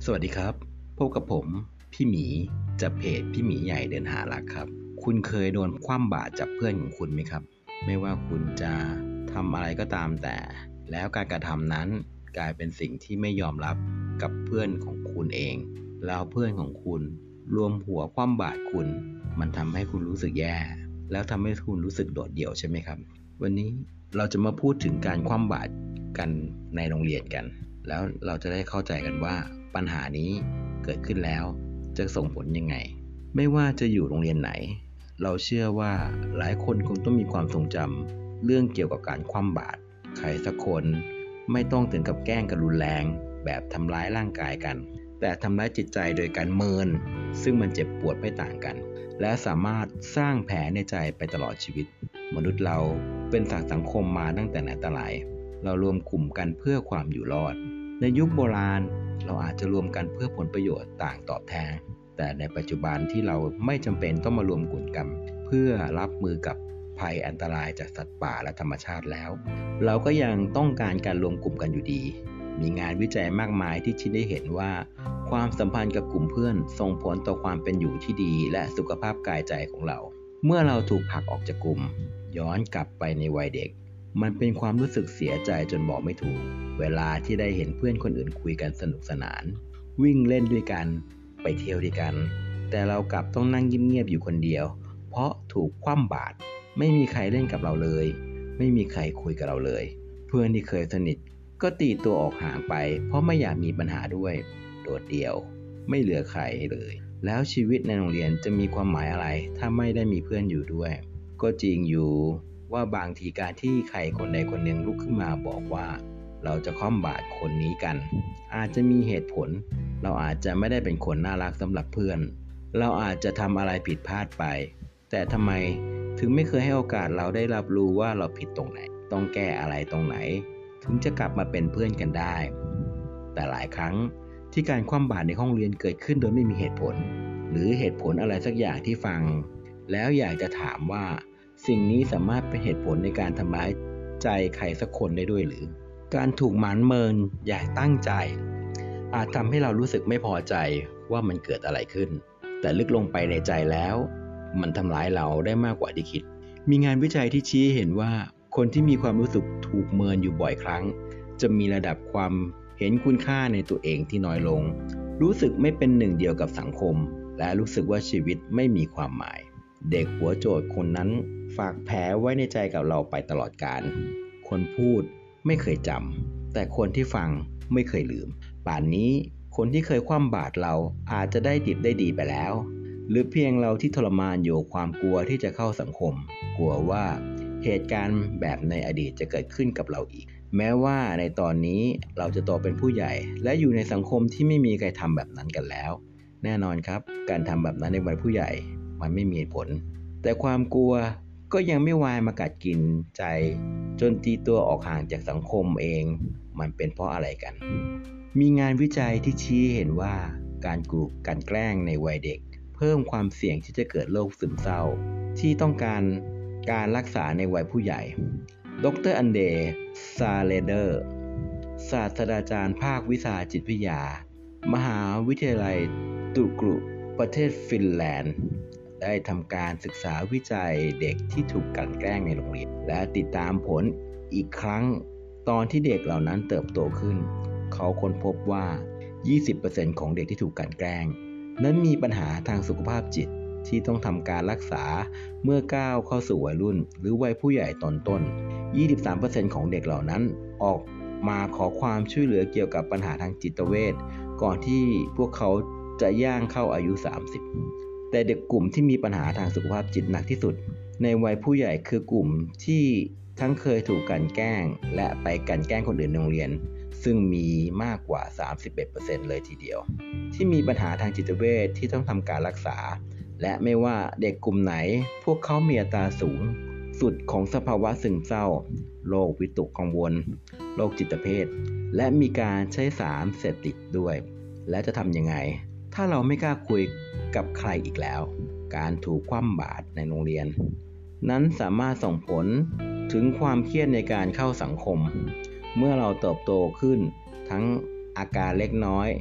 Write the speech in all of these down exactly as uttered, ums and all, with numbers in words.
สวัสดีครับพบกับผมพี่หมีจากเพจพี่หมีใหญ่เดินหารักครับคุณเคยโดนคว่ำบาตรจากเพื่อนของคุณไหมครับไม่ว่าคุณจะทำอะไรก็ตามแต่แล้วการกระทำนั้นกลายเป็นสิ่งที่ไม่ยอมรับกับเพื่อนของคุณเองแล้วเพื่อนของคุณรวมหัวคว่ำบาตรคุณมันทำให้คุณรู้สึกแย่แล้วทำให้คุณรู้สึกโดดเดี่ยวใช่ไหมครับวันนี้เราจะมาพูดถึงการคว่ำบาตรกันในโรงเรียนกันแล้วเราจะได้เข้าใจกันว่าปัญหานี้เกิดขึ้นแล้วจะส่งผลยังไงไม่ว่าจะอยู่โรงเรียนไหนเราเชื่อว่าหลายคนคงต้องมีความทรงจำเรื่องเกี่ยวกับการคว่ำบาตรใครสักคนไม่ต้องถึงกับแกล้งกันรุนแรงแบบทำร้ายร่างกายกันแต่ทำร้ายจิตใจโดยการเมินซึ่งมันเจ็บปวดไม่ต่างกันและสามารถสร้างแผลในใจไปตลอดชีวิตมนุษย์เราเป็นสัตว์สังคมมาตั้งแต่ไหนแต่ไรเรารวมกลุ่มกันเพื่อความอยู่รอดในยุคโบราณเราอาจจะรวมกันเพื่อผลประโยชน์ต่างตอบแทนแต่ในปัจจุบันที่เราไม่จำเป็นต้องมารวมกลุ่มกันเพื่อรับมือกับภัยอันตรายจากสัตว์ป่าและธรรมชาติแล้วเราก็ยังต้องการการรวมกลุ่มกันอยู่ดีมีงานวิจัยมากมายที่ชี้ให้เห็นว่าความสัมพันธ์กับกลุ่มเพื่อนส่งผลต่อความเป็นอยู่ที่ดีและสุขภาพกายใจของเราเมื่อเราถูกผลักออกจากกลุ่มย้อนกลับไปในวัยเด็กมันเป็นความรู้สึกเสียใจจนบอกไม่ถูกเวลาที่ได้เห็นเพื่อนคนอื่นคุยกันสนุกสนานวิ่งเล่นด้วยกันไปเที่ยวด้วยกันแต่เรากลับต้องนั่งเงียบๆอยู่คนเดียวเพราะถูกคว่ำบาตรไม่มีใครเล่นกับเราเลยไม่มีใครคุยกับเราเลยเพื่อนที่เคยสนิทก็ตีตัวออกห่างไปเพราะไม่อยากมีปัญหาด้วยโดดเดี่ยวไม่เหลือใครเลยแล้วชีวิตในโรงเรียนจะมีความหมายอะไรถ้าไม่ได้มีเพื่อนอยู่ด้วยก็จริงอยู่ว่าบางทีการที่ใครคนใดคนหนึ่งลุกขึ้นมาบอกว่าเราจะคว่ำบาตรคนนี้กันอาจจะมีเหตุผลเราอาจจะไม่ได้เป็นคนน่ารักสำหรับเพื่อนเราอาจจะทำอะไรผิดพลาดไปแต่ทำไมถึงไม่เคยให้โอกาสเราได้รับรู้ว่าเราผิดตรงไหนต้องแก้อะไรตรงไหนถึงจะกลับมาเป็นเพื่อนกันได้แต่หลายครั้งที่การคว่ำบาตรในห้องเรียนเกิดขึ้นโดยไม่มีเหตุผลหรือเหตุผลอะไรสักอย่างที่ฟังแล้วอยากจะถามว่าสิ่งนี้สามารถเป็นเหตุผลในการทำร้ายใจใครสักคนได้ด้วยหรือการถูกหมานเมินอย่างตั้งใจอาจทำให้เรารู้สึกไม่พอใจว่ามันเกิดอะไรขึ้นแต่ลึกลงไปในใจแล้วมันทำร้ายเราได้มากกว่าที่คิดมีงานวิจัยที่ชี้เห็นว่าคนที่มีความรู้สึกถูกเมินอยู่บ่อยครั้งจะมีระดับความเห็นคุณค่าในตัวเองที่น้อยลงรู้สึกไม่เป็นหนึ่งเดียวกับสังคมและรู้สึกว่าชีวิตไม่มีความหมายเด็กหัวโจกคนนั้นฝากแผลไว้ในใจกับเราไปตลอดกาลคนพูดไม่เคยจำแต่คนที่ฟังไม่เคยลืมป่านนี้คนที่เคยคว่ำบาตรเราอาจจะได้ดิบได้ดีไปแล้วหรือเพียงเราที่ทรมานอยู่ความกลัวที่จะเข้าสังคมกลัวว่าเหตุการณ์แบบในอดีตจะเกิดขึ้นกับเราอีกแม้ว่าในตอนนี้เราจะโตเป็นผู้ใหญ่และอยู่ในสังคมที่ไม่มีใครทำแบบนั้นกันแล้วแน่นอนครับการทำแบบนั้นในวัยผู้ใหญ่มันไม่มีผลแต่ความกลัวก็ยังไม่วายมากัดกินใจจนตีตัวออกห่างจากสังคมเองมันเป็นเพราะอะไรกันมีงานวิจัยที่ชี้เห็นว่าการกลุ่มการแกล้งในวัยเด็กเพิ่มความเสี่ยงที่จะเกิดโรคซึมเศร้าที่ต้องการการรักษาในวัยผู้ใหญ่ดรอันเดรซาเลเดอร์ศาสตราจารย์ภาควิชาจิตวิทยามหาวิทยาลัยตุกรุประเทศฟินแลนด์ได้ทำการศึกษาวิจัยเด็กที่ถูกกลั่นแกล้งในโรงเรียนและติดตามผลอีกครั้งตอนที่เด็กเหล่านั้นเติบโตขึ้นเขาค้นพบว่า ยี่สิบเปอร์เซ็นต์ ของเด็กที่ถูกกลั่นแกล้งนั้นมีปัญหาทางสุขภาพจิตที่ต้องทำการรักษาเมื่อก้าวเข้าสู่วัยรุ่นหรือวัยผู้ใหญ่ตอนต้น ยี่สิบสามเปอร์เซ็นต์ ของเด็กเหล่านั้นออกมาขอความช่วยเหลือเกี่ยวกับปัญหาทางจิตเวชก่อนที่พวกเขาจะย่างเข้าอายุสามสิบแต่เด็กกลุ่มที่มีปัญหาทางสุขภาพจิตหนักที่สุดในวัยผู้ใหญ่คือกลุ่มที่ทั้งเคยถูกกลั่นแกล้งและไปกลั่นแกล้งคนอื่นในโรงเรียนซึ่งมีมากกว่า สามสิบเอ็ดเปอร์เซ็นต์ เลยทีเดียวที่มีปัญหาทางจิตเวชที่ต้องทำการรักษาและไม่ว่าเด็กกลุ่มไหนพวกเขามีอัตราสูงสุดของสภาวะซึมเศร้าโรควิตกกังวลโรคจิตเภทและมีการใช้สารเสพติดด้วยและจะทำยังไงถ้าเราไม่กล้าคุยกับใครอีกแล้วการถูกคว่ำบาตรในโรงเรียนนั้นสามารถส่งผลถึงความเครียดในการเข้าสังคมเมื่อเราเติบโตขึ้นทั้งอาการเล็กน้อย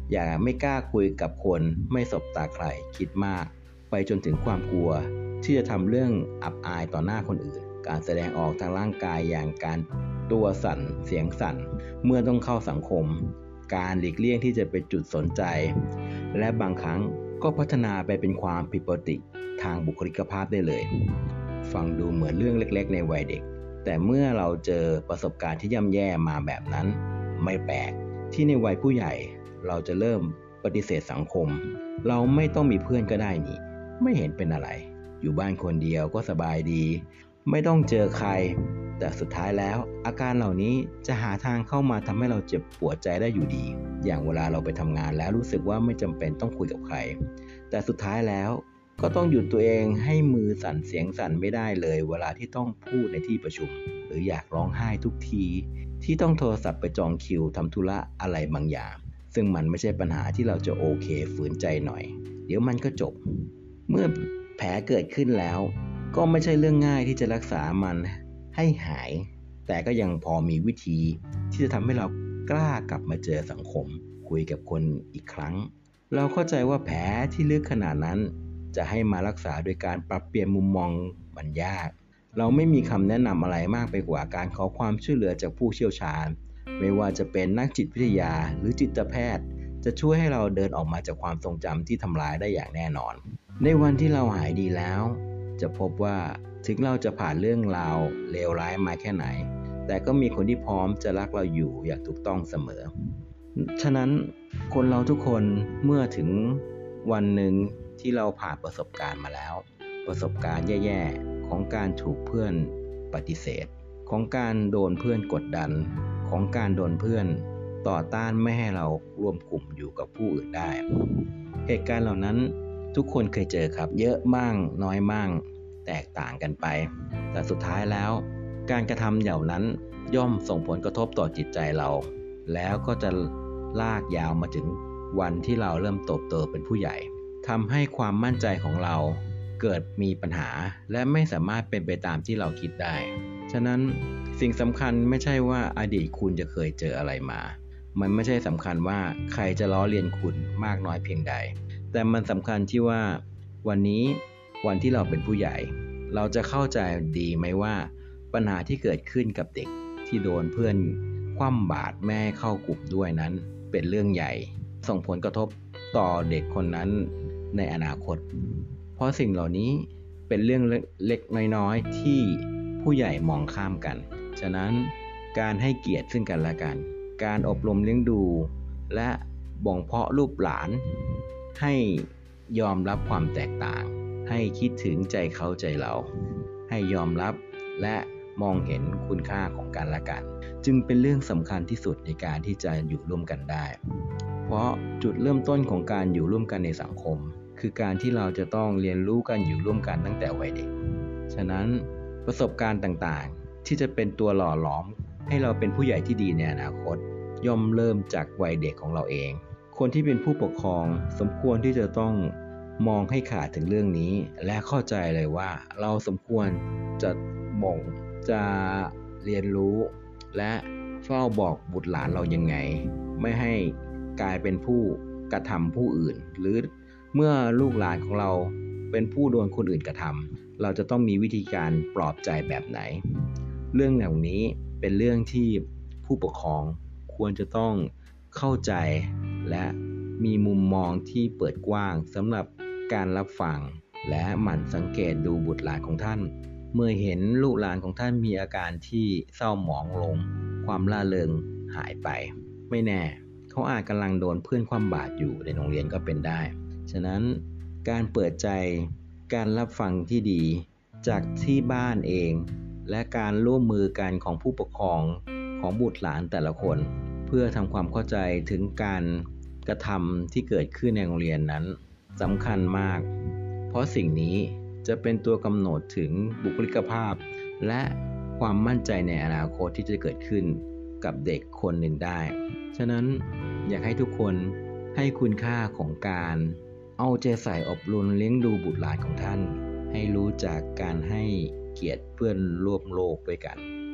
อย่าไม่กล้าคุยกับคนไม่สบตาใครคิดมากไปจนถึงความกลัวที่จะทำเรื่องอับอายต่อหน้าคนอื่นการแสดงออกทางร่างกายอย่างการตัวสั่นเสียงสั่นเมื่อต้องเข้าสังคมการหลีกเลี่ยงที่จะเป็นจุดสนใจและบางครั้งก็พัฒนาไปเป็นความผิดปกติทางบุคลิกภาพได้เลยฟังดูเหมือนเรื่องเล็กๆในวัยเด็กแต่เมื่อเราเจอประสบการณ์ที่ย่ำแย่มาแบบนั้นไม่แปลกที่ในวัยผู้ใหญ่เราจะเริ่มปฏิเสธสังคมเราไม่ต้องมีเพื่อนก็ได้นี่ไม่เห็นเป็นอะไรอยู่บ้านคนเดียวก็สบายดีไม่ต้องเจอใครแต่สุดท้ายแล้วอาการเหล่านี้จะหาทางเข้ามาทำให้เราเจ็บปวดใจได้อยู่ดีอย่างเวลาเราไปทำงานแล้วรู้สึกว่าไม่จำเป็นต้องคุยกับใครแต่สุดท้ายแล้วก็ต้องหยุดตัวเองให้มือสั่นเสียงสั่นไม่ได้เลยเวลาที่ต้องพูดในที่ประชุมหรืออยากร้องไห้ทุกทีที่ต้องโทรศัพท์ไปจองคิวทำธุระอะไรบางอย่างซึ่งมันไม่ใช่ปัญหาที่เราจะโอเคฝืนใจหน่อยเดี๋ยวมันก็จบเมื่อแผลเกิดขึ้นแล้วก็ไม่ใช่เรื่องง่ายที่จะรักษามันให้หายแต่ก็ยังพอมีวิธีที่จะทำให้เรากล้ากลับมาเจอสังคมคุยกับคนอีกครั้งเราเข้าใจว่าแผลที่ลึกขนาดนั้นจะให้มารักษาโดยการปรับเปลี่ยนมุมมองมันยากเราไม่มีคำแนะนำอะไรมากไปกว่าการขอความช่วยเหลือจากผู้เชี่ยวชาญไม่ว่าจะเป็นนักจิตวิทยาหรือจิตแพทย์จะช่วยให้เราเดินออกมาจากความทรงจำที่ทำลายได้อย่างแน่นอนในวันที่เราหายดีแล้วจะพบว่าถึงเราจะผ่านเรื่องราวเลวร้ายมาแค่ไหนแต่ก็มีคนที่พร้อมจะรักเราอยู่อย่างถูกต้องเสมอฉะนั้นคนเราทุกคนเมื่อถึงวันหนึ่งที่เราผ่านประสบการณ์มาแล้วประสบการณ์แย่ๆของการถูกเพื่อนปฏิเสธของการโดนเพื่อนกดดันของการโดนเพื่อนต่อต้านไม่ให้เราร่วมกลุ่มอยู่กับผู้อื่นได้เหตุการณ์เหล่านั้นทุกคนเคยเจอครับเยอะบ้างน้อยบ้างแตกต่างกันไปแต่สุดท้ายแล้วการกระทำเหล่านั้นย่อมส่งผลกระทบต่อจิตใจเราแล้วก็จะลากยาวมาถึงวันที่เราเริ่มโตโตเป็นผู้ใหญ่ทำให้ความมั่นใจของเราเกิดมีปัญหาและไม่สามารถเป็นไปตามที่เราคิดได้ฉะนั้นสิ่งสำคัญไม่ใช่ว่าอดีตคุณจะเคยเจออะไรมามันไม่ใช่สำคัญว่าใครจะล้อเลียนคุณมากน้อยเพียงใดแต่มันสำคัญที่ว่าวันนี้วันที่เราเป็นผู้ใหญ่เราจะเข้าใจดีไหมว่าปัญหาที่เกิดขึ้นกับเด็กที่โดนเพื่อนคว่ำบาตรแม่เข้ากลุ่มด้วยนั้นเป็นเรื่องใหญ่ส่งผลกระทบต่อเด็กคนนั้นในอนาคตเพราะสิ่งเหล่านี้เป็นเรื่องเล็กๆน้อยๆที่ผู้ใหญ่มองข้ามกันฉะนั้นการให้เกียรติซึ่งกันและกันการอบรมเลี้ยงดูและบ่มเพาะลูกหลานให้ยอมรับความแตกต่างให้คิดถึงใจเขาใจเราให้ยอมรับและมองเห็นคุณค่าของกันและกันจึงเป็นเรื่องสำคัญที่สุดในการที่จะอยู่ร่วมกันได้เพราะจุดเริ่มต้นของการอยู่ร่วมกันในสังคมคือการที่เราจะต้องเรียนรู้กันอยู่ร่วมกันตั้งแต่วัยเด็กฉะนั้นประสบการณ์ต่างๆที่จะเป็นตัวหล่อหลอมให้เราเป็นผู้ใหญ่ที่ดีในอนาคตย่อมเริ่มจากวัยเด็กของเราเองคนที่เป็นผู้ปกครองสมควรที่จะต้องมองให้ขาดถึงเรื่องนี้และเข้าใจเลยว่าเราสมควรจะบ่งจะเรียนรู้และเฝ้าบอกบุตรหลานเรายังไงไม่ให้กลายเป็นผู้กระทำผู้อื่นหรือเมื่อลูกหลานของเราเป็นผู้โดนคนอื่นกระทำเราจะต้องมีวิธีการปลอบใจแบบไหนเรื่องเหล่านี้เป็นเรื่องที่ผู้ปกครองควรจะต้องเข้าใจและมีมุมมองที่เปิดกว้างสำหรับการรับฟังและหมั่นสังเกตดูบุตรหลานของท่านเมื่อเห็นลูกหลานของท่านมีอาการที่เศร้าหมองลงความร่าเริงหายไปไม่แน่เขาอาจกำลังโดนเพื่อนคว่ำบาตรอยู่ในโรงเรียนก็เป็นได้ฉะนั้นการเปิดใจการรับฟังที่ดีจากที่บ้านเองและการร่วมมือกันของผู้ปกครองของบุตรหลานแต่ละคนเพื่อทำความเข้าใจถึงการกระทำที่เกิดขึ้นในโรงเรียนนั้นสำคัญมากเพราะสิ่งนี้จะเป็นตัวกำหนดถึงบุคลิกภาพและความมั่นใจในอนาคตที่จะเกิดขึ้นกับเด็กคนหนึ่งได้ฉะนั้นอยากให้ทุกคนให้คุณค่าของการเอาใจใส่อบรมเลี้ยงดูบุตรหลานของท่านให้รู้จักการให้เกียรติเพื่อนร่วมโลกด้วยกันใ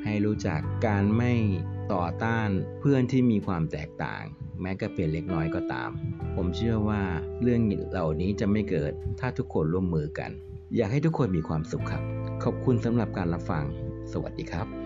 ให้รู้จักการไม่ต่อต้านเพื่อนที่มีความแตกต่างแม้จะเป็นเล็กน้อยก็ตามผมเชื่อว่าเรื่องเหล่านี้จะไม่เกิดถ้าทุกคนร่วมมือกันอยากให้ทุกคนมีความสุขครับขอบคุณสำหรับการรับฟังสวัสดีครับ